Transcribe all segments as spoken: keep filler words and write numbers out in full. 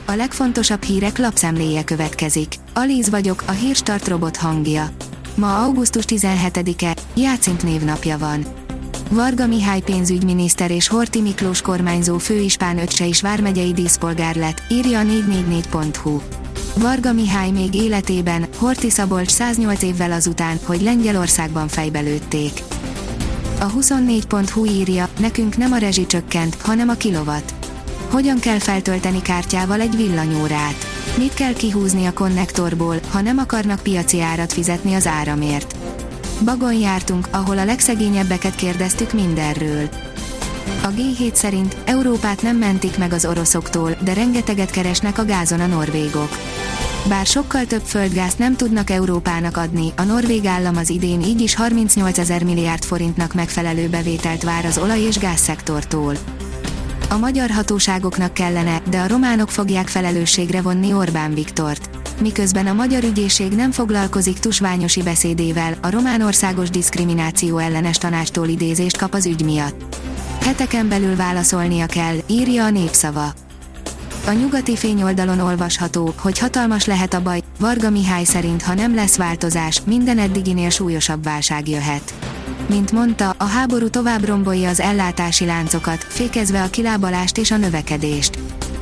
A legfontosabb hírek lapszemléje következik. Alíz vagyok, a Hírstart robot hangja. Ma augusztus tizenhetedike, Jácint névnapja van. Varga Mihály pénzügyminiszter és Horthy Miklós kormányzó főispán öccse is vármegyei díszpolgár lett, írja a négy négy négy pont hu. Varga Mihály még életében, Horthy Szabolcs száznyolc évvel azután, hogy Lengyelországban fejbe lőtték. A huszonnégy pont hu írja, nekünk nem a rezsi csökkent, hanem a kilowatt. Hogyan kell feltölteni kártyával egy villanyórát? Mit kell kihúzni a konnektorból, ha nem akarnak piaci árat fizetni az áramért? Bagon jártunk, ahol a legszegényebbeket kérdeztük mindenről. A gé hét szerint Európát nem mentik meg az oroszoktól, de rengeteget keresnek a gázon a norvégok. Bár sokkal több földgázt nem tudnak Európának adni, a norvég állam az idén így is harmincnyolcezer milliárd forintnak megfelelő bevételt vár az olaj- és gázszektortól. A magyar hatóságoknak kellene, de a románok fogják felelősségre vonni Orbán Viktort. Miközben a magyar ügyészség nem foglalkozik tusványosi beszédével, a román országos diszkrimináció ellenes tanácstól idézést kap az ügy miatt. Heteken belül válaszolnia kell, írja a Népszava. A nyugati fényoldalon olvasható, hogy hatalmas lehet a baj, Varga Mihály szerint ha nem lesz változás, minden eddiginél súlyosabb válság jöhet. Mint mondta, a háború tovább rombolja az ellátási láncokat, fékezve a kilábalást és a növekedést.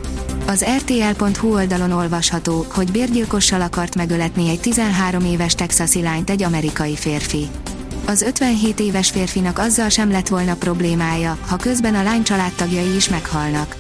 Az er té el pont hu oldalon olvasható, hogy bérgyilkossal akart megöletni egy tizenhárom éves texasi lányt egy amerikai férfi. Az ötvenhét éves férfinak azzal sem lett volna problémája, ha közben a lány családtagjai is meghalnak.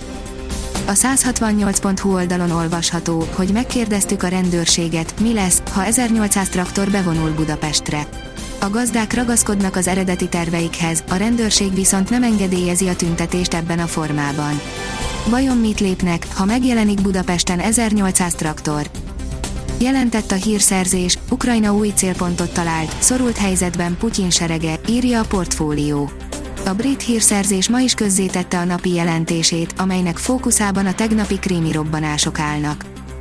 A száz hatvannyolc pont hu oldalon olvasható, hogy megkérdeztük a rendőrséget, mi lesz, ha ezernyolcszáz traktor bevonul Budapestre. A gazdák ragaszkodnak az eredeti terveikhez, a rendőrség viszont nem engedélyezi a tüntetést ebben a formában. Vajon mit lépnek, ha megjelenik Budapesten ezernyolcszáz traktor? Jelentett a hírszerzés, Ukrajna új célpontot talált, szorult helyzetben Putyin serege, írja a Portfólió. A brit hírszerzés ma is közzétette a napi jelentését, amelynek fókuszában a tegnapi krími robbanások állnak.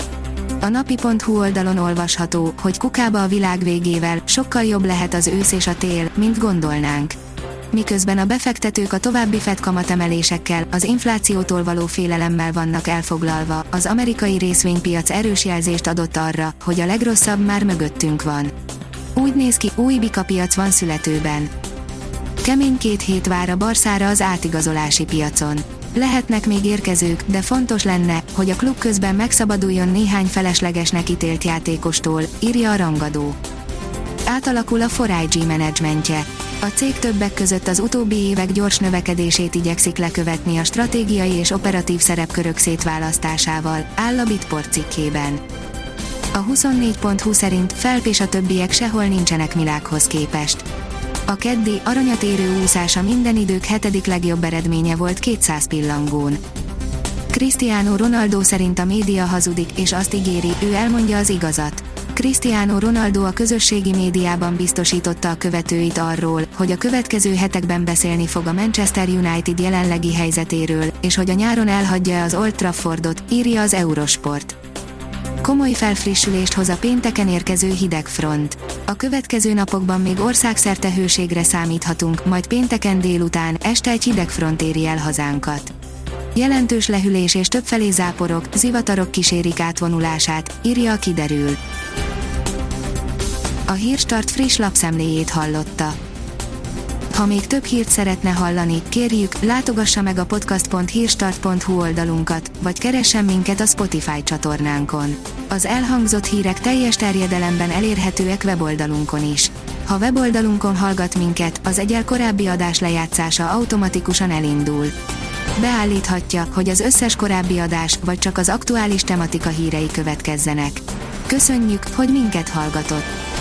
A napi pont hu oldalon olvasható, hogy kukába a világ végével, sokkal jobb lehet az ősz és a tél, mint gondolnánk. Miközben a befektetők a további Fed kamatemelésekkel, az inflációtól való félelemmel vannak elfoglalva, az amerikai részvénypiac erős jelzést adott arra, hogy a legrosszabb már mögöttünk van. Úgy néz ki, új bikapiac van születőben. Kemény két hét vár a Barszára az átigazolási piacon. Lehetnek még érkezők, de fontos lenne, hogy a klub közben megszabaduljon néhány feleslegesnek ítélt játékostól, írja a Rangadó. Átalakul a four I G menedzsmentje. A cég többek között az utóbbi évek gyors növekedését igyekszik lekövetni a stratégiai és operatív szerepkörök szétválasztásával, áll a Bitport cikkében. A huszonnégy pont hu szerint Phelps és a többiek sehol nincsenek Milákhoz képest. A keddi, aranyat érő úszása minden idők hetedik legjobb eredménye volt kétszáz pillangón. Cristiano Ronaldo szerint a média hazudik, és azt ígéri, ő elmondja az igazat. Cristiano Ronaldo a közösségi médiában biztosította a követőit arról, hogy a következő hetekben beszélni fog a Manchester United jelenlegi helyzetéről, és hogy a nyáron elhagyja az Old Traffordot, írja az Eurosport. Komoly felfrissülést hoz a pénteken érkező hidegfront. A következő napokban még országszerte hőségre számíthatunk, majd pénteken délután, este egy hidegfront éri el hazánkat. Jelentős lehűlés és többfelé záporok, zivatarok kísérik átvonulását, írja a Kiderül. A Hírstart friss lapszemléjét hallotta. Ha még több hírt szeretne hallani, kérjük, látogassa meg a podcast pont hírstart pont hu oldalunkat, vagy keressen minket a Spotify csatornánkon. Az elhangzott hírek teljes terjedelemben elérhetőek weboldalunkon is. Ha weboldalunkon hallgat minket, az egyel korábbi adás lejátszása automatikusan elindul. Beállíthatja, hogy az összes korábbi adás, vagy csak az aktuális tematika hírei következzenek. Köszönjük, hogy minket hallgatott!